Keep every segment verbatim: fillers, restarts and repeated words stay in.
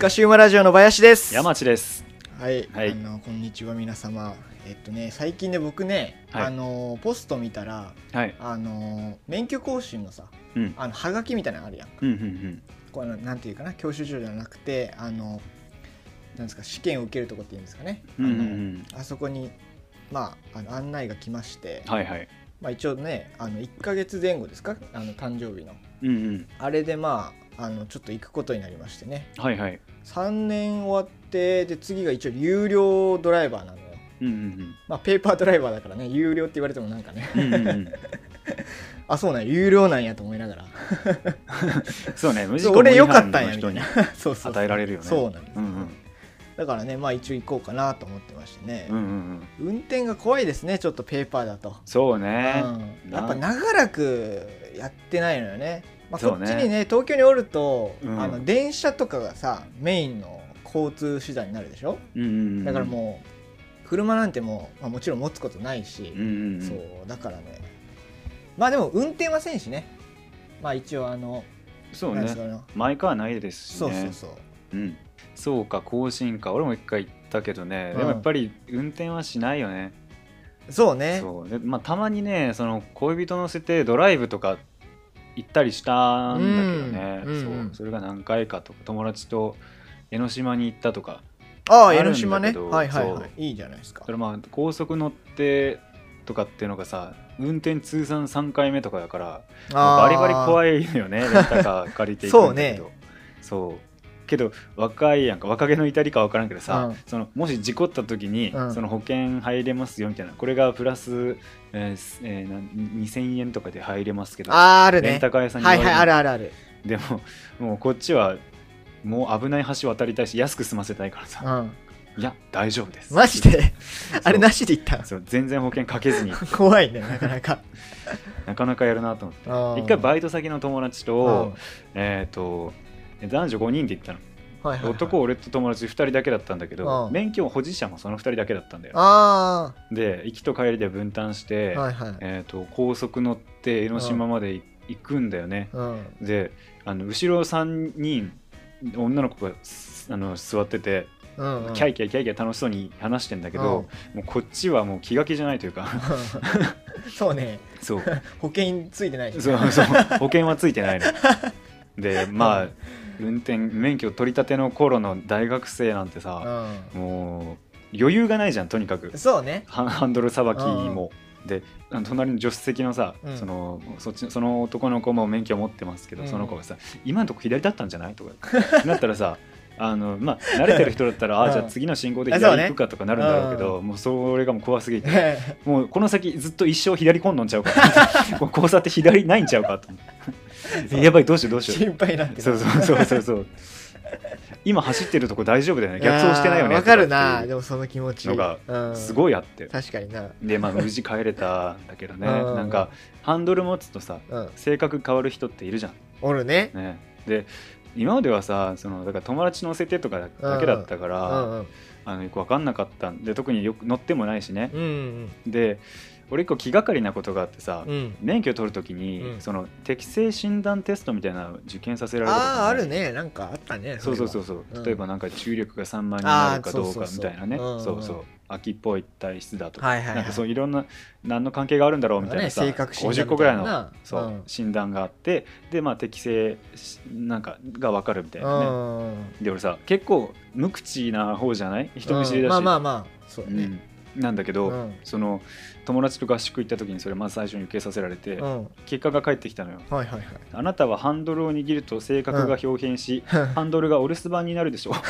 かシウマラジオの林です。 山地です。 はい、 はい、 あのこんにちは皆様。えっとね最近ね僕ね、はい、あのポスト見たら、はい、あの免許更新のさ、うん、あのハガキみたいなのあるやんか、うんうんうん、このなんていうかな、教習所じゃなくてあのなんですか、試験を受けるとこっていうんですかね、うんうんうん、あのあそこにまあ、あの案内が来まして、はいはい、まあ、一応ねあのいっかげつぜん後ですか、あの誕生日の、うんうん、あれでまああのちょっと行くことになりましてね、はいはい、さんねん終わってで次が一応有料ドライバーなのよ、うんうんうん、まあ、ペーパードライバーだからね、有料って言われてもなんかね、うんうんうん、あそうなんや、有料なんやと思いながらそうね、無事故無違反の人に与えられるよね。 そうなんです、うんうん、だからね、まあ一応行こうかなと思ってましてね、うんうんうん、運転が怖いですね、ちょっとペーパーだと。 そうね、 うん、やっぱ長らくやってないのよね。まあ、こっちにね東京におると、うん、あの電車とかがさメインの交通手段になるでしょ、うんうんうん、だからもう車なんてもう、まあ、もちろん持つことないし、うんうんうん、そうだからね、まあでも運転はせんしね、まあ一応あのそうね、マイカーないですしね。 そうそうそう、 うん、そうか、更新か、俺も一回行ったけどね、うん、でもやっぱり運転はしないよね。 そうね、 そうで、まあ、たまにねその恋人乗せてドライブとか行ったりしたんだけどね、うんうん、そうそれが何回かとか、友達と江ノ島に行ったとかああ、江ノ島ね、はいはいはい、いいじゃないですか。 それまあ高速乗ってとかっていうのがさ、運転通算さんかいめとかだからバリバリ怖いよね、レンタカー借りていくんだけどそうね、そうけど若いやんか、若気の至りか分からんけどさ、うん、そのもし事故った時に、うん、その保険入れますよみたいな、これがプラス、えーえー、にせんえんとかで入れますけど、 あ、あるね、 レンタカー屋さんに言われる、 はいはい、あるあるある。 でももうこっちはもう危ない橋渡りたいし安く済ませたいからさ、うん、いや大丈夫です、 マジであれなしで行った。 そう全然保険かけずに怖いね、なかなかなかなかやるなと思って、一回バイト先の友達と、えーと男女ごにんで行ったの、はいはいはい、男俺と友達ふたりだけだったんだけど、免許保持者もそのふたりだけだったんだよ。あで行きと帰りで分担して、はいはい、えーと高速乗って江ノ島まで行くんだよね。であの後ろさんにん女の子があの座ってて、うんうん、キャイキャイキャイキャイ楽しそうに話してんだけど、うん、もうこっちはもう気が気じゃないというかそうね、そう保険ついてないし、ね、 そうそう保険はついてないのでまあ運転免許取り立ての頃の大学生なんてさ、うん、もう余裕がないじゃん、とにかく。 そうね、 ハンドルさばきも、うん、で隣の助手席のさ、うん、そのそっちその男の子も免許持ってますけど、うん、その子がさ今のとこ左だったんじゃないとかなったらさあのまあ、慣れてる人だったら、うん、あじゃあ次の信号で左行くかとかなるんだろうけど、う、ね、もうそれがもう怖すぎてもうこの先ずっと一生左こんのんちゃうか交差って左ないんちゃうかとやばい、どうしようどうしよう、 心配なんて。 そうそうそうそうそう今走ってるとこ大丈夫だよね、逆走してないよね、 わかるな、でもその気持ちのがすごいあって、うん、 確かにな。 でまあ無事帰れたんだけどねなんかハンドル持つとさ、うん、性格変わる人っているじゃん。 おる ね, ねで今まではさそのだから友達乗せてとかだけだったから、うんうん、あのよく分かんなかったんで、特によく乗ってもないしね、うんうん、で俺一個気がかりなことがあってさ、うん、免許取るときに、うん、その適性診断テストみたいなの受験させられることが、 あああるね、なんかあったね。 そうそうそうそう、うん、例えばなんか注力がさんまんになるかどうかみたいなね、そうそう秋っぽい体質だとか、はいはいはい、なんかそういろんな何の関係があるんだろうみたいなさ、ね、ごじゅっこぐらいのそう、うん、診断があって、でまあ適性なんかが分かるみたいなね。で俺さ結構無口な方じゃない、人見知りだし、 まあまあまあそうね、うんなんだけど、うん、その友達と合宿行った時にそれまず最初に受けさせられて、うん、結果が返ってきたのよ、はいはいはい、あなたはハンドルを握ると性格が表現し、うん、ハンドルがお留守番になるでしょう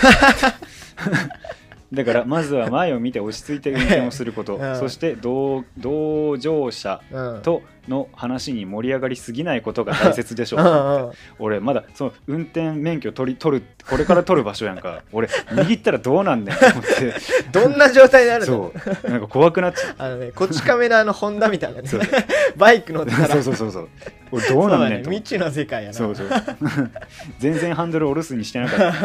だからまずは前を見て落ち着いて運転をすること、うん、そして同、同乗者との話に盛り上がりすぎないことが大切でしょう、うん、俺まだその運転免許取り取るこれから取る場所やんか俺握ったらどうなんねんと思ってどんな状態になるの。 そうなんか怖くなっちゃうあの、ね、こち亀のあのホンダみたいなねバイク乗ってたらそうそうそうそう俺どうなんねんと、 ね、未知の世界やな。 そうそう全然ハンドルお留守にしてなかった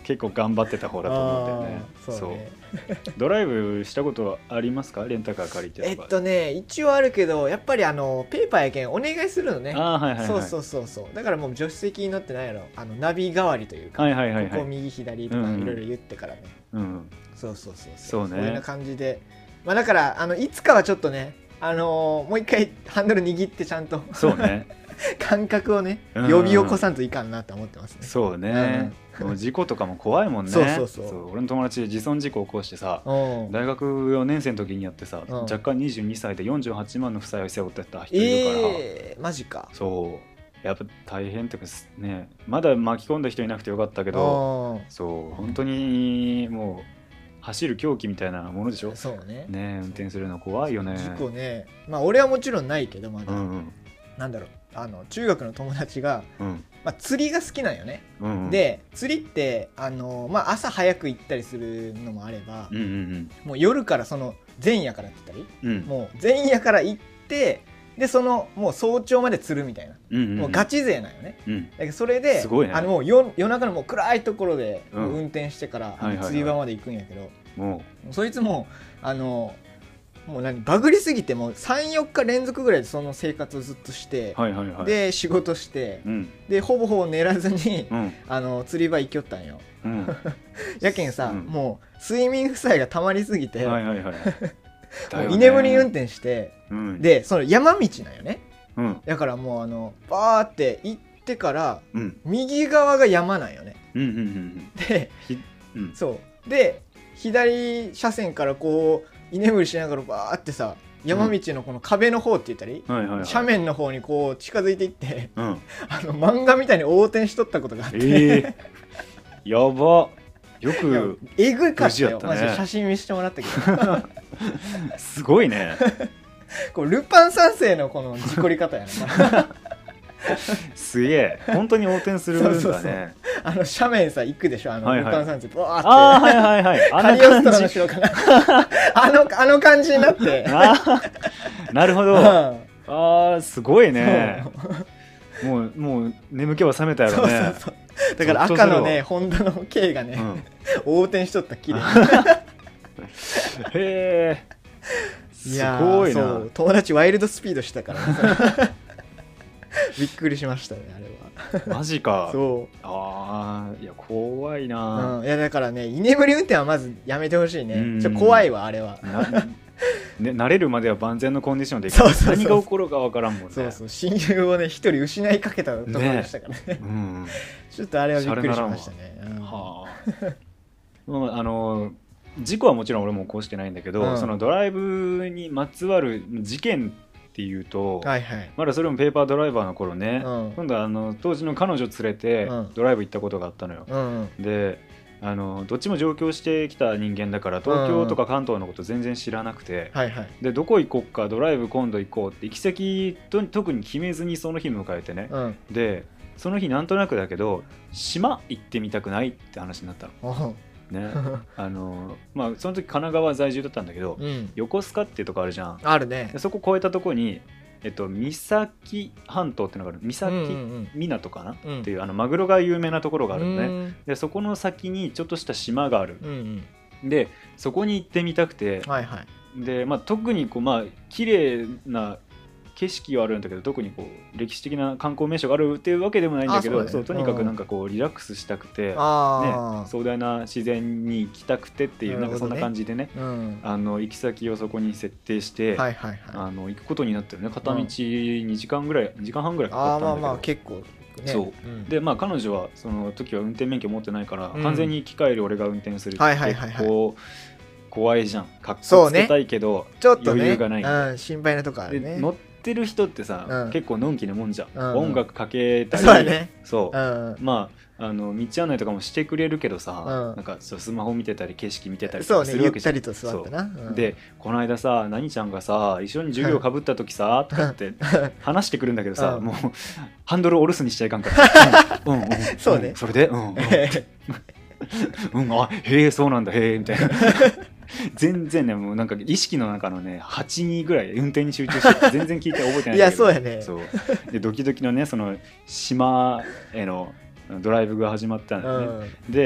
結構頑張ってた方だと思うんだよね。そうね。ドライブしたことありますか？レンタカー借りて。 えっとね一応あるけどやっぱりあのペーパーやけんお願いするのね。 あ、はいはいはい、 そうそうそうそう。だからもう助手席に乗ってないやろ、あのナビ代わりというか、はいはいはいはい、ここ右左とかいろいろ言ってからね、うんうん、そうそうそうそう、そうね、そういうような感じで、まあだからあのいつかはちょっとね、あのー、もう一回ハンドル握ってちゃんとそうね感覚をね呼び起こさんといかんなって思ってますね。 そうね、うん、もう事故とかも怖いもんね。そうそうそう、そう俺の友達自損事故を起こしてさ、大学よねん生の時にやってさ、若干にじゅうにさいでよんじゅうはちまんの負債を背負ってた人いるから、 えー、マジか。 そうやっぱ大変っていうかね、まだ巻き込んだ人いなくてよかったけど、そう本当にもう走る凶器みたいなものでしょ。 そうね。 ね、運転するの怖いよね。 事故ね。まあ俺はもちろんないけどまだ、うんうん、なんだろう、あの中学の友達が、うん、まあ、釣りが好きなんよね、うんうん、で釣りってあの、まあ、朝早く行ったりするのもあれば、うんうんうん、もう夜からその前夜からって言ったり、うん、もう前夜から行ってでそのもう早朝まで釣るみたいな、うんうんうん、もうガチ勢なんよね、うん、だけどそれで、すごいね、あのもう 夜, 夜中のもう暗いところで運転してから、うん、釣り場まで行くんやけど、はいはいはい、そいつもあのもう何バグりすぎてもうさんよっか連続ぐらいでその生活をずっとして、はいはいはい、で仕事して、うん、でほぼほぼ寝らずに、うん、あの釣り場行きよったんよ、うん、やけんさ、うん、もう睡眠負債がたまりすぎて、はいはいはい、居眠り運転して、うん、でその山道なんよね、うん、だからもうあのバーって行ってから、うん、右側が山なんよね、うんうんうん、で、うん、そうで左車線からこう居眠りしながらバーってさ山道のこの壁の方って言ったり、うんはいはいはい、斜面の方にこう近づいていって、うん、あの漫画みたいに横転しとったことがあって、えー、やばよくえぐいかったよ、ね、マジ写真見せてもらったけどすごいねこうルパン三世のこの事故り方やねすげえ本当に横転するんだね。そうそうそう、 あの斜面さ行くでしょ、あの、はいはい、ルパン三世バーって、 あーはいはいはいカリオストロの城かなあのあの感じになってあなるほど、うん、あーすごいねもうもう眠気は覚めたやろね。そうそうそう、 だから赤のねホンダの K がね、うん、横転しとった綺麗へえすごいな。そう友達ワイルドスピードしてたからねびっくりしましたねあれはマジか。 そうああいや怖いな、 うん、いやだからね居眠り運転はまずやめてほしいね。ちょっと怖いわあれはね、慣れるまでは万全のコンディションでそうそうそう、何が起こるか分からんもんね。 そうそう、親友をね一人失いかけたところでしたからね、ね、うん、ちょっとあれはびっくりしましたね、うん、はああの事故はもちろん俺も起こしてないんだけど、うん、そのドライブにまつわる事件っていうと、はいはい、まだそれもペーパードライバーの頃ね、うん、今度はあの当時の彼女連れてドライブ行ったことがあったのよ、うんうん、であのどっちも上京してきた人間だから東京とか関東のこと全然知らなくて、うんはいはい、でどこ行こうかドライブ今度行こうって行き先と特に決めずにその日迎えてね、うん、でその日なんとなくだけど島行ってみたくないって話になったのね、あのまあその時神奈川在住だったんだけど、うん、横須賀っていうとこあるじゃん。 あるね。 でそこ越えたとこにえっと、三崎半島っていうのがある。三崎港かな、うんうん、っていうあのマグロが有名なところがあるのね、うん、でそこの先にちょっとした島がある、うんうん、でそこに行ってみたくて、はいはい、で、まあ、特にこうまあ綺麗な景色はあるんだけど特にこう歴史的な観光名所があるっていうわけでもないんだけど、そう、ね、そうとにかくなんかこうリラックスしたくて、ね、壮大な自然に行きたくてっていう、ね、なんかそんな感じでね、うん、あの行き先をそこに設定して、はいはいはい、あの行くことになってるね。片道にじかんぐらい、にじかんはんぐらいかかったんだけど、あ、まあまあ結構、ね、そう、うん、でまあ彼女はその時は運転免許持ってないから、うん、完全に行き帰り俺が運転するって、はいはいはいはい、結構怖いじゃん。かっこつけたいけど、ね、ちょっとね、余裕がない、 うん、心配なとこあるね。 乗ってる人ってさ、うん、結構のんきなもんじゃん、うん、音楽かけたり、 そうだね、 そう、うん、まああの道案内とかもしてくれるけどさ、うん、なんかスマホ見てたり景色見てたりとかするわけじゃん。そうね、ゆったりと座ってな、うん、でこの間さ何ちゃんがさ一緒に授業かぶった時さとかって話してくるんだけどさ、うん、もうハンドルお留守にしちゃいかんから、うんうんうん、そうね、それでうん、うんうん、あへえそうなんだへえみたいな全然ねもうなんか意識の中のねはちにんぐらい運転に集中して全然聞いて覚えてないんだけどいやそうやね。そうでドキドキのねその島へのドライブが始まったんだよね、うん、で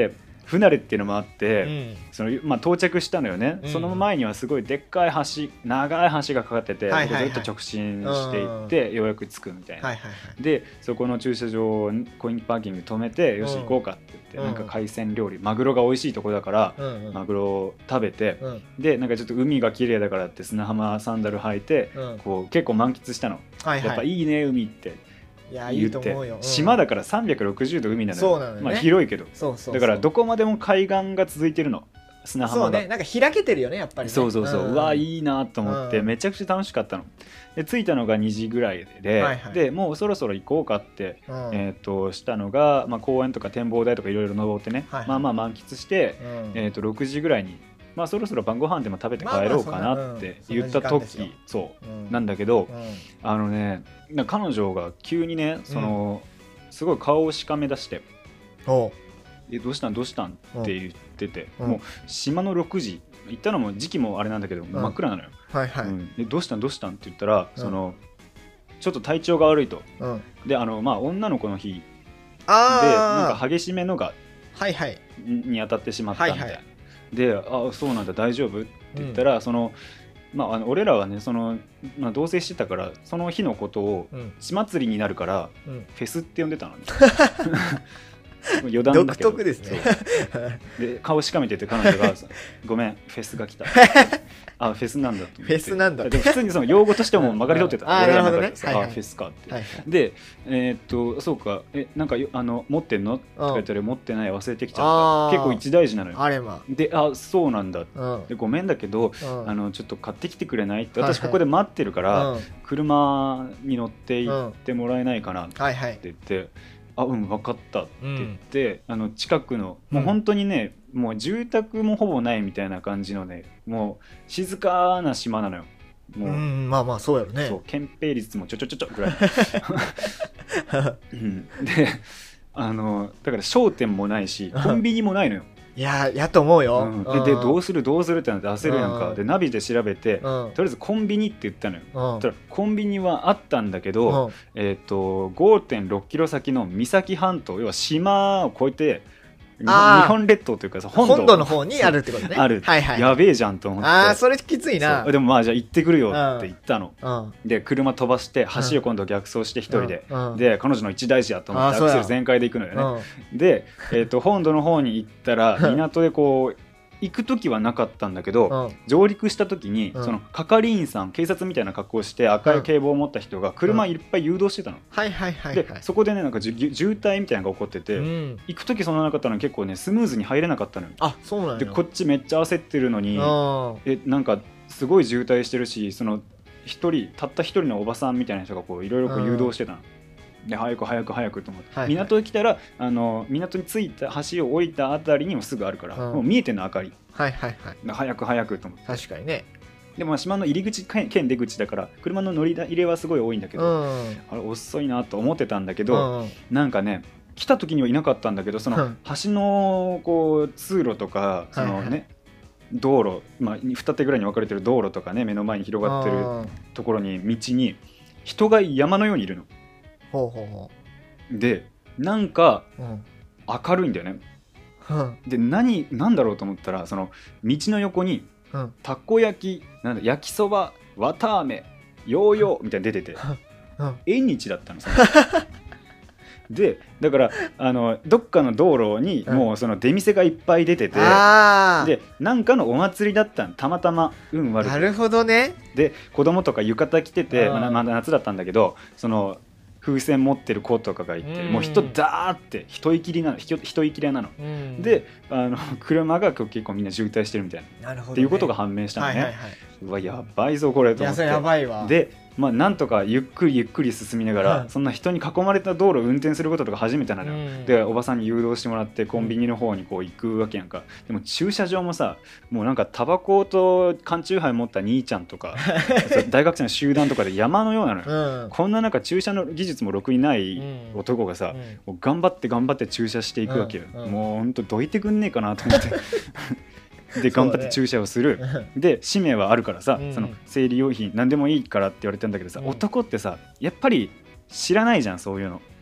不慣れっていうのもあって、 うん、 そのまあ、到着したのよね、うん、その前にはすごいでっかい橋長い橋がかかってて、はいはいはい、ずっと直進していってようやく着くみたいな、はいはいはい、でそこの駐車場コインパーキング止めて、うん、よし行こうかって言って、うん、なんか海鮮料理マグロが美味しいとこだから、うんうん、マグロを食べて、うん、でなんかちょっと海が綺麗だからって砂浜サンダル履いて、うん、こう結構満喫したの、はいはい、やっぱいいね海っていやいいと思うよ、うん、 島だからさんびゃくろくじゅうど海なのよ、 そうなのよね、 まあ、広いけどそうそうそう、 だからどこまでも海岸が続いてるの砂浜が、 そうね、なんか開けてるよねやっぱりね、 そうそうそう、うん、うわいいなと思って、 うん、 めちゃくちゃ楽しかったので着いたのがにじぐらいで、はいはい、でもうそろそろ行こうかって、うん、えー、としたのが、まあ、公園とか展望台とかいろいろ登ってね、はいはい、まあまあ満喫して、うん、えー、とろくじぐらいにまあ、そろそろ晩ご飯でも食べて帰ろうかなって言った時、まあまあ そ, そう、うん、なんだけど、うん、あのね彼女が急にねその、うん、すごい顔をしかめ出してえどうしたんどうしたんって言ってて、うん、もう島のろくじ行ったのも時期もあれなんだけど、うん、真っ暗なのよ、はいはい、うん、でどうしたんどうしたんって言ったら、うん、そのちょっと体調が悪いと、うん、であの、まあ、女の子の日でなんか激しめのが、はいはい、に当たってしまったみたいな、はいはい、であそうなんだ大丈夫って言ったら、うん、そのまあ、あの俺らはねその、まあ、同棲してたからその日のことを血祭りになるから、うん、フェスって呼んでたのに余談だけど独特ですねで顔しかめてて彼女がごめんフェスが来たあフェスなんだと思ってフェスなんだでも普通にその用語としても曲がり取ってたあ、 俺らの中で、 ね、はいはい、あフェスかって、はいはい、でえー、っとそうかえなんかあの持ってんのとか言ったら持ってない忘れてきちゃった結構一大事なのよあれ、まあ、 であそうなんだでごめんだけどあのちょっと買ってきてくれないって私ここで待ってるから、はいはい、車に乗って行ってもらえないかなって言って、はいはいあうん分かったって言って、うん、あの近くのもう本当にね、うん、もう住宅もほぼないみたいな感じのねもう静かな島なのよもう、うん、 まあまあそうやろねそう憲兵率もちょちょちょちょぐらい、うん、であのだから商店もないしコンビニもないのよいややと思うよ、 うん、で, でどうするどうするってなって焦るやんかでナビで調べて、うん、とりあえずコンビニって言ったのよ、うん、たらコンビニはあったんだけど、うんえー、と ごてんろっキロ先の三崎半島要は島を越えて日本列島というかさ 本, 本土の方にあるってことねある、はいはい、やべえじゃんと思ってあそれきついなでもまあじゃあ行ってくるよって言ったの、うん、で車飛ばして橋を今度逆走して一人で、うん、で彼女の一大事やと思ってアクセル全開で行くのよね、うん、で、えー、と本土の方に行ったら港でこう行く時はなかったんだけど、うん、上陸した時に、うん、その係員さん警察みたいな格好をして赤い警棒を持った人が車いっぱい誘導してたの、うん、でそこでねなんか渋滞みたいなのが起こってて、うん、行く時そんななかったのに結構ねスムーズに入れなかったのよあそうなんやでこっちめっちゃ焦ってるのにえなんかすごい渋滞してるしその一人たった一人のおばさんみたいな人がこういろいろ誘導してたので早く早く早くと思って、はいはい、港に来たらあの港に着いた橋を降りたあたりにもすぐあるから、うん、もう見えてんの明かり、 はいはいはい、 早く早くと思って確かにねでも島の入り口兼出口だから車の乗り入れはすごい多いんだけど、うん、あれ遅いなと思ってたんだけど、うん、なんかね来た時にはいなかったんだけどその橋のこう通路とかそのね、はいはい道路、まあ、二手ぐらいに分かれてる道路とかね目の前に広がってるところに道に人が山のようにいるのほうほうほうでなんか明るいんだよね、うん、で 何, 何だろうと思ったらその道の横に、うん、たこ焼きなんだ焼きそばわたあめヨーヨーみたいに出てて、うん、縁日だったのそのでだからあのどっかの道路にもうその出店がいっぱい出てて、うん、でなんかのお祭りだったのたまたま運悪くなるほどねで子供とか浴衣着てて、まあ、まだ夏だったんだけどその風船持ってる子とかがいて、うん、もう人ダーって一息りなの一息りなの、うん、であの車が結構みんな渋滞してるみたいな、なるほどね、っていうことが判明したのね、はいはいはい、うわやばいぞこれと思って、 いややばいわでまあ、なんとかゆっくりゆっくり進みながら、はい、そんな人に囲まれた道路を運転することとか初めてなのよ、うん、でおばさんに誘導してもらってコンビニの方にこう行くわけやんか。でも駐車場もさもうなんかタバコと缶チューハイ持った兄ちゃんとか大学生の集団とかで山のようなのよ、うん、こんななんか駐車の技術もろくにない男がさ、うん、もう頑張って頑張って駐車していくわけよ、うんうん、もうほんとどいてくんねえかなと思ってで頑張って駐車をする、ね、で氏名はあるからさ、うん、その生理用品何でもいいからって言われてんだけどさ、うん、男ってさやっぱり知らないじゃんそういうの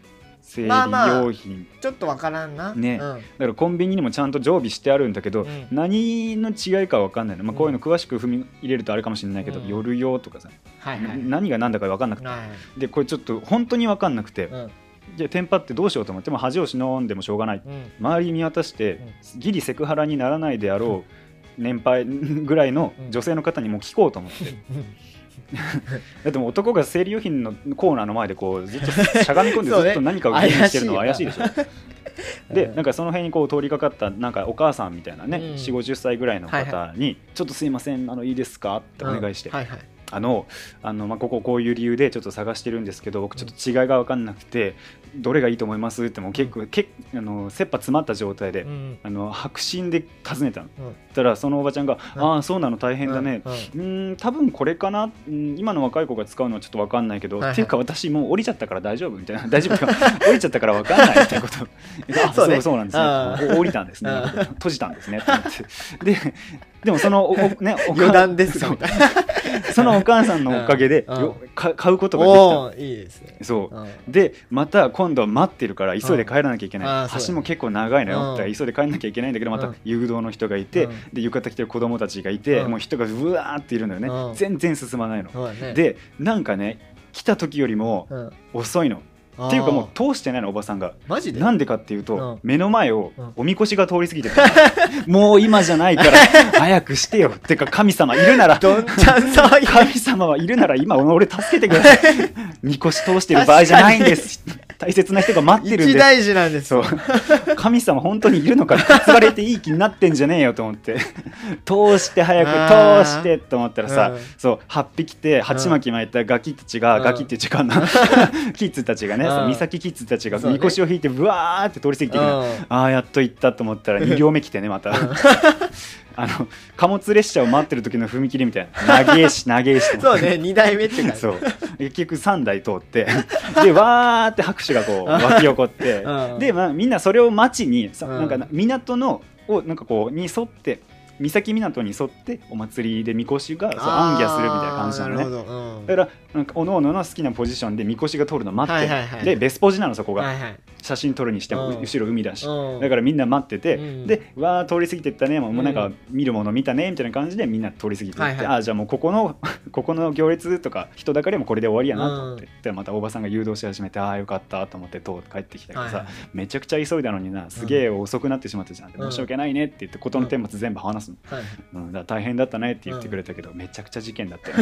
生理用品、まあまあ、 ちょっとわからんなね、うん、だからコンビニにもちゃんと常備してあるんだけど、うん、何の違いかわかんないの、まあ、こういうの詳しく踏み入れるとあれかもしれないけど、うん、夜用とかさ、はいはい、何が何だかわかんなくて、はい、でこれちょっと本当にわかんなくて、うん、じゃあテンパってどうしようと思っても恥を忍んでもしょうがない、うん、周り見渡して、うん、ギリセクハラにならないであろう年配ぐらいの女性の方にも聞こうと思って、うんだっても男が生理用品のコーナーの前でこうずっとしゃがみ込んでずっと何かをゲームしてるのは怪しいでしょでなんかその辺にこう通りかかったなんかお母さんみたいなね、うん、よんじゅうごじゅっさいぐらいの方に、はいはい、ちょっとすいませんあのいいですかってお願いして、うんはいはい、あのあの、まあ、こここういう理由でちょっと探してるんですけど僕ちょっと違いが分かんなくて、うん、どれがいいと思いますってもう結構、うん、けあの切羽詰まった状態で、うん、あの白真で尋ねたの、うん、たらそのおばちゃんが、うん、ああそうなの大変だね、うん、うーん多分これかな、うん、今の若い子が使うのはちょっと分かんないけど、はいはい、っていうか私もう降りちゃったから大丈夫みたいな大丈夫か降りちゃったから分かんないみたいなことあそう、ね、そうなんですね降りたんですね閉じたんですねって思ってででもそのお、ね、お余談ですみたいなそのお母さんのおかげで、うん、か買うことができた。 いいですね。 そう、うん、でまた今度は待ってるから急いで帰らなきゃいけない、うん、橋も結構長いのよ、うん、だから急いで帰らなきゃいけないんだけどまた誘導の人がいて、うん、で浴衣着てる子供たちがいて、うん、もう人がうわーっているのよね、うん、全然進まないの、うん、でなんかね来た時よりも遅いの、うん、っていうかもう通してないのおばさんがマジでなんでかっていうと、うん、目の前をおみこしが通り過ぎてた、うん、もう今じゃないから早くしてよってか神様いるならどんちゃん騒ぎ神様はいるなら今俺助けてくださいみこし通してる場合じゃないんです大切な人が待ってるんです一大事なんですそう神様本当にいるのか担がれていい気になってんじゃねえよと思って通して早く通してと思ったらさ、うん、そうはっぴきて鉢巻き巻いたガキたちが、うん、ガキって時間なキッズたちがね三崎キッズたちがみこしを引いてブワーって通り過ぎていくの、ね、ああやっと行ったと思ったらに両目来てねまたあの貨物列車を待ってる時の踏切みたいな長えし長えしそうねにだいめっていうかそう結局さんだい通ってでわーって拍手がこう湧き起こってで、まあ、みんなそれを待ちになんか港のをなんかこうに沿って三崎港に沿ってお祭りでみこしがそう行脚するみたいな感じなのね、うん、だからなんかおのおのの好きなポジションでみこしが通るの待って、はいはいはい、でベスポジなのそこが、はいはい、写真撮るにしても、うん、後ろ海だし、うん、だからみんな待ってて、うん、でわー通り過ぎてったねもうなんか見るもの見たねみたいな感じでみんな通り過ぎてって、はいはい、あじゃあもうここのここの行列とか人だかりもこれで終わりやなと思って、うん、でまたおばさんが誘導し始めてああよかったと思って通って帰ってきたけどさ、はいはい、めちゃくちゃ急いだのになすげえ遅くなってしまったじゃん、うん、申し訳ないねって言って事の顛末全部話すの、はいうん、だから大変だったねって言ってくれたけど、うん、めちゃくちゃ事件だったよね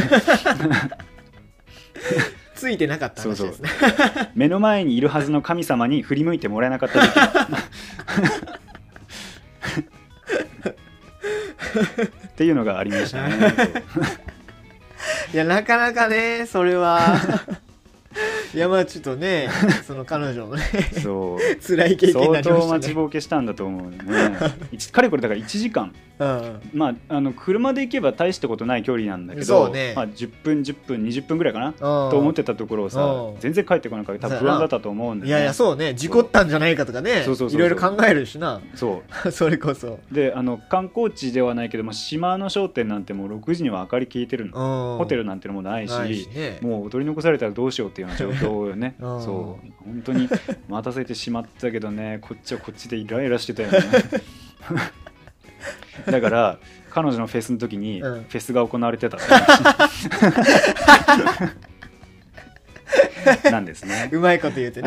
ついてなかった話ですね。そうそう目の前にいるはずの神様に振り向いてもらえなかった時っていうのがありましたねいやなかなかねそれはいやまあちょっとねその彼女のねそう辛い経験になりましたね。 相当待ちぼうけしたんだと思うねかれこれだからいちじかん、うん、まああの車で行けば大したことない距離なんだけど、ねまあ、じゅっぷんじゅっぷんにじゅっぷんぐらいかなと思ってたところをさ全然帰ってこなかった多分不安だったと思うんだよね。 いやいやそうね事故ったんじゃないかとかねいろいろ考えるしなそうそれこそであの観光地ではないけど、まあ、島の商店なんてもうろくじには明かり消えてるのホテルなんてのもないし、ないしね、もう取り残されたらどうしようっていうような状況そうよねそう本当に待たせてしまったけどねこっちはこっちでイライラしてたよねだから彼女のフェスの時にフェスが行われてたってなんですね。 うまいこと言うてね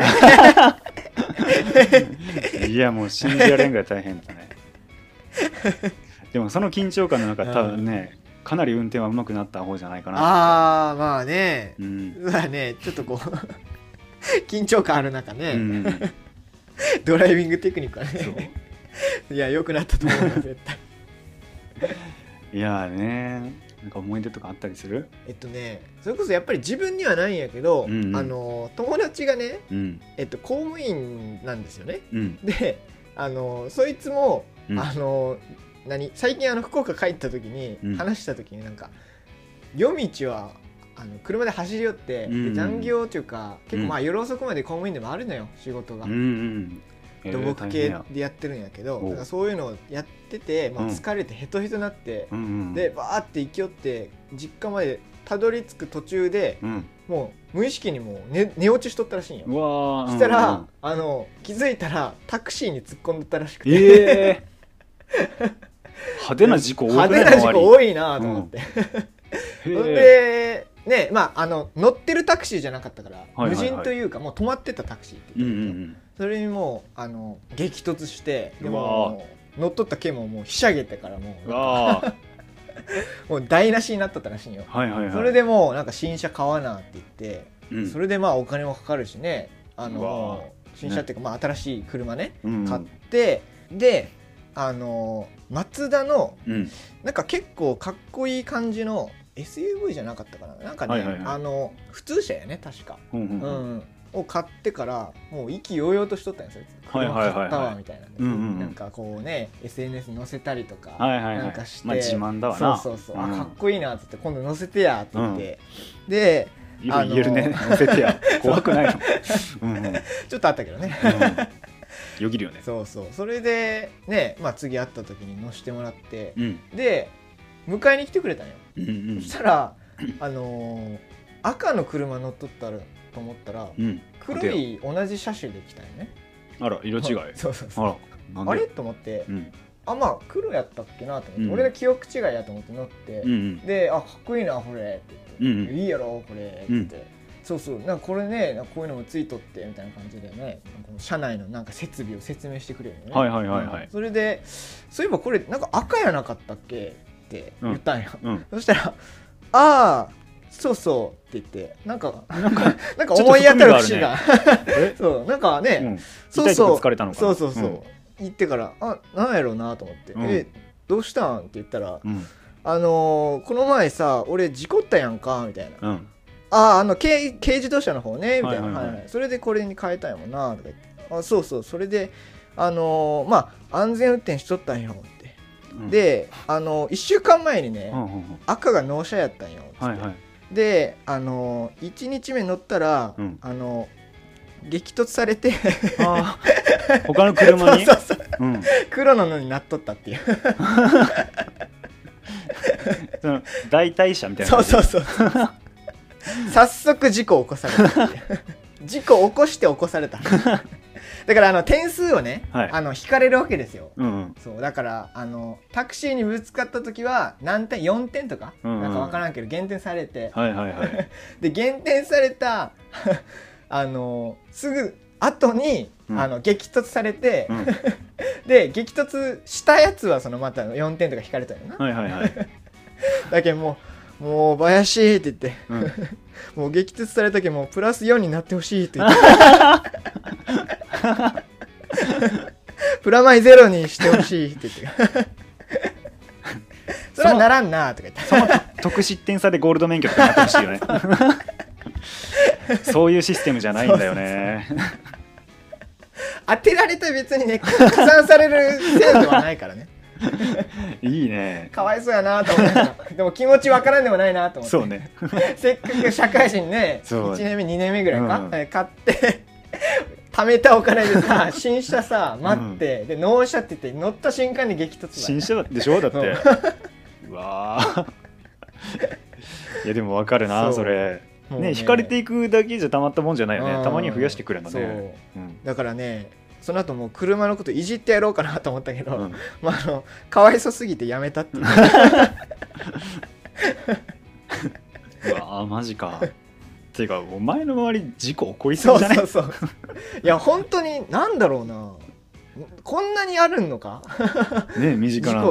いやもう信じられんぐらい大変だねでもその緊張感の中多分ねかなり運転は上手くなった方じゃないかな。 ああまあね、うん、まあねちょっとこう緊張感ある中ね、うん、ドライビングテクニックはねいや良くなったと思うよ絶対いやーねなんか思い出とかあったりする？ えっとねそれこそやっぱり自分にはないんやけど、うんうん、あの友達がね、うんえっと、公務員なんですよね、うん、であのそいつも、うん、あの何最近あの福岡帰った時に話した時になんか、うん、夜道はあの車で走り寄って、うんうん、で残業というか結構まあ夜遅くまで公務員でもあるのよ仕事が、うんうん、 土木系でやってるんやけど、なんかそういうのをやってて、まあ、疲れてヘトヘトになって、うん、でバーって行き寄って実家までたどり着く途中で、うん、もう無意識にもう 寝, 寝落ちしとったらしいんよ。うわそしたら、うんうん、あの気づいたらタクシーに突っ込んでたらしくて、えー、派手な事故多いな派手な事故多いなと思って、うん、でねまああの乗ってるタクシーじゃなかったから、はいはいはい、無人というかもう止まってたタクシーって言って、うんうんうん、それにもうあの激突して、でも乗っ取った毛ももうひしゃげてからもうもう台無しになっとったらしいよ、はいはいはい、それでもうなんか新車買わなって言って、うん、それでまあお金もかかるしね、あの新車っていうか、ね、まあ新しい車ね、うん、買って、であのマツダの、うん、なんか結構かっこいい感じの エスユーブイ じゃなかったかな、なんかね、はいはいはい、あの普通車やね確か、うんうんうんうんを買ってからもう意気揚々としとったんですよ。車買ったわみたいな、ね、はいはいはいはい、なんかこうね エスエヌエス に載せたりとかなんかして、はいはいはい、まあ、自慢だわな。そうそうそう、うん、あかっこいいなって言って今度載せてやって言って、うん、であの言えるね載せてや怖くないのうん、うん、 ちょっとあったけどね、 うん、よぎるよね。 そうそう、それでね、まあ、次会った時に乗せてもらって、うん、で迎えに来てくれたんよ、うんうん、そしたらあのー、赤の車乗っとったらと思ったら、うん、黒い同じ車種で来たよね。 あら色違いそうそうそう、あらあれと思って、うん、あまあ黒やったっけなと思って、うん、俺の記憶違いやと思って乗って、うんうん、であかっこいいなこれって言って、うんうん、いいやろこれって言って、うん、そうそうなんかこれねなんかこういうのもついとってみたいな感じでね、この車内のなんか設備を説明してくれるよね。はいはいはいはい、うん、それでそういえばこれなんか赤やなかったっけって言ったんや、うんうん、そしたらああそうそうって言ってなんかなんかなんか思い当たる節が、ね、そうなんかね、うん、そうそうそうそうそうそう、うん、言ってからあなんやろうなと思って、うん、えどうしたんって言ったら、うん、あのー、この前さ俺事故ったやんかみたいな、うん、ああの 軽, 軽自動車の方ねみたいな、はいはいはいはい、それでこれに変えたんやもんなとか言ってあそうそうそれであのー、まあ安全運転しとったんよって、うん、であのー、いっしゅうかんまえにね、うんうんうん、赤が納車やったんよって、はいはい、であのいちにちめ乗ったら、うん、あの激突されてあ他の車にそうそうそう、うん、黒ののになっとったっていうその代替車みたいな感じ。そうそうそう早速事故を起こされたって事故を起こして起こされただからあの点数をね、はい、あの引かれるわけですよ、うんうん、そうだからあのタクシーにぶつかった時は何点よんてんとか、うんうん、なんか分からんけど減点されて、はいはいはい、で減点されたあのすぐ後に、うん、あの激突されて、うん、で激突したやつはそのまたよんてんとか引かれたよな、はいはいはい、だけどもうもう林って言って、うん、もう激突されたけどもうプラスよんになってほしいって言ってプラマイゼロにしてほしいって言ってそれはならんなとか言ってその得失点差でゴールド免許とかなってほしいよねそういうシステムじゃないんだよね当てられたら別にね加算される制度はないからねいいね。 かわいそうやなと思ってでも気持ちわからんでもないなと思って。 そうねせっかく社会人ねいちねんめにねんめぐらいか、うん、買って貯めたお金でさ新車さ待って、うん、で納車って言って乗った瞬間に激突だ、ね、 新車でしょだってうわいやでもわかるな そ, それね, ね引かれていくだけじゃたまったもんじゃないよね。たまに増やしてくれるのね、 うん、だからねその後もう車のこといじってやろうかなと思ったけど、うん、まああのかわいそすぎてやめたっていううわマジかていうかお前の周り事故起こりそうじゃない？ そうそうそういや本当になんだろうなこんなにあるのかね身近な事故って、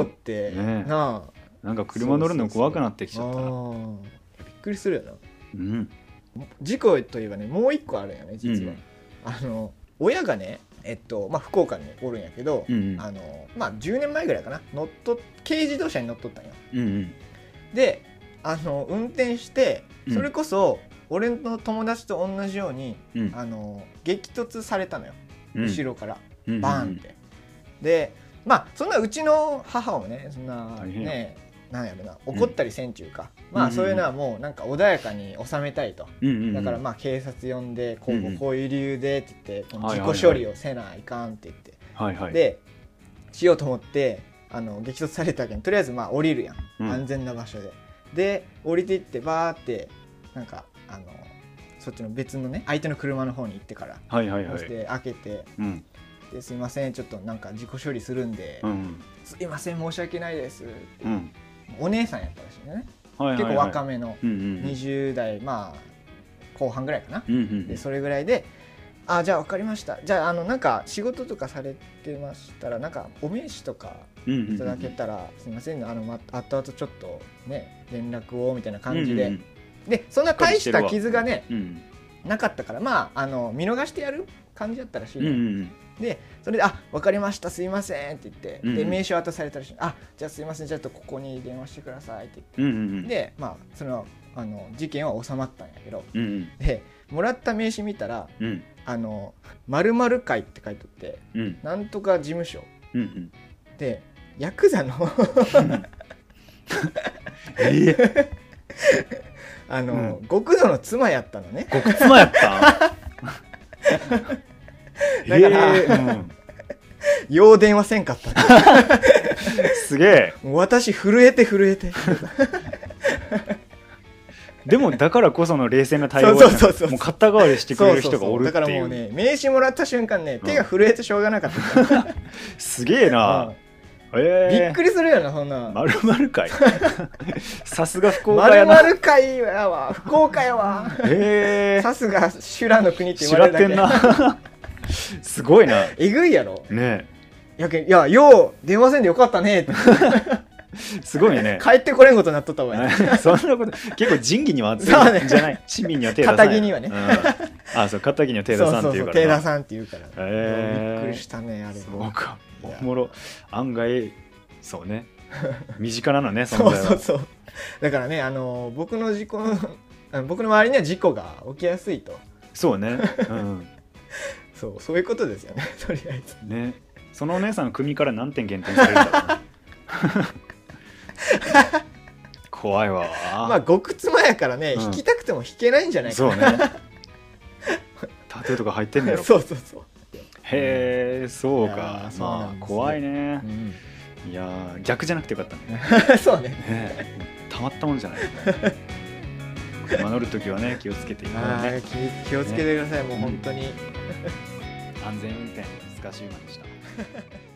ね、なあなんか車乗るの怖くなってきちゃったな。 びっくりするよな、うん、事故といえばねもう一個あるよね実は、うん、あの親がねえっとまあ、福岡におるんやけど、うんうん、あのまあ、じゅうねんまえぐらいかな乗っと軽自動車に乗っとったんよ、うんうん、であの運転してそれこそ俺の友達と同じように、うん、あの激突されたのよ、うん、後ろからバーンって、うんうんうん、でまあそんなうちの母もねそんなねなんやろな怒ったりせんちゅうか、うん、まあそういうのはもうなんか穏やかに収めたいと、うんうんうん、だからまあ警察呼んでこうこういう理由でって言って、うんうん、自己処理をせないかんって言って、 はいはい、でしようと思ってあの激突されたわけにとりあえずまあ降りるやん、うん、安全な場所でで降りていってバーってなんかあのそっちの別のね相手の車の方に行ってから、はいはいはい、そして開けて、うん、ですいませんちょっとなんか自己処理するんで、うん、すいません申し訳ないですって、うん、お姉さんやったらしいんだね、はいはいはい、結構若めの、うんうん、にじゅう代まあ後半ぐらいかな、うんうん、でそれぐらいであじゃあ分かりましたじゃあ、あのなんか仕事とかされてましたらなんかお名刺とかいただけたら、うんうんうん、すいませんあの、ま、後々ちょっとね連絡をみたいな感じで、うんうん、でそんな大した傷がね、うん、なかったからまああの見逃してやる感じだったらしい、ね、うんうん、でそれであ分かりましたすいませんって言って、うんうん、で名刺を渡されたらしいあじゃあすいませんちょっとここに電話してくださいって言って、うんうんうん、でまあそのあの事件は収まったんやけど、うんうん、でもらった名刺見たら、うん、あの〇〇会って書いてあって、うん、なんとか事務所、うんうん、でヤクザのえー、あの、うん、極道の妻やったのね。 極妻やっただから、 えーうん、よう電話せんかったすげえ私震えて震えてでもだからこその冷静な対応がもう肩代わりしてくれる人がおるっていう。 だからもうね名刺もらった瞬間ね手が震えてしょうがなかった、うん、 すげえな、うんえー、びっくりするよなそんなまるまる会さすが福岡やなまるまる会やわ福岡やわさすが修羅の国って言われるだけ修羅ってんなすごいなえぐいやろねえやけいやよう電話せんでよかったねってすごいね帰ってこれんことになっとったわねそんなこと結構仁義には熱い、ね、じゃない市民には手出さない肩着にはね、 うん、あそう肩着には手出さんっていうから手出さんっていうから、えー、びっくりしたねあれそうかおもろ案外そうね身近なのね存在はそうそうそうだからねあの僕の事故の僕の周りには事故が起きやすいとそうね、うん、 そうそういうことですよねとりあえずねそのお姉さんの組から何点減点されるんだろうね怖いわまあ極妻やからね、うん、弾きたくても弾けないんじゃないかなそうねタトゥーとか入ってんだよそうそうそうへえそうかまあ怖いね、うん、いや逆じゃなくてよかったねそうねねたまったもんじゃない車乗るときはね気をつけていただいて、 ね、気をつけてください、ね、もう本当に、うん、 安全運転難しい馬でした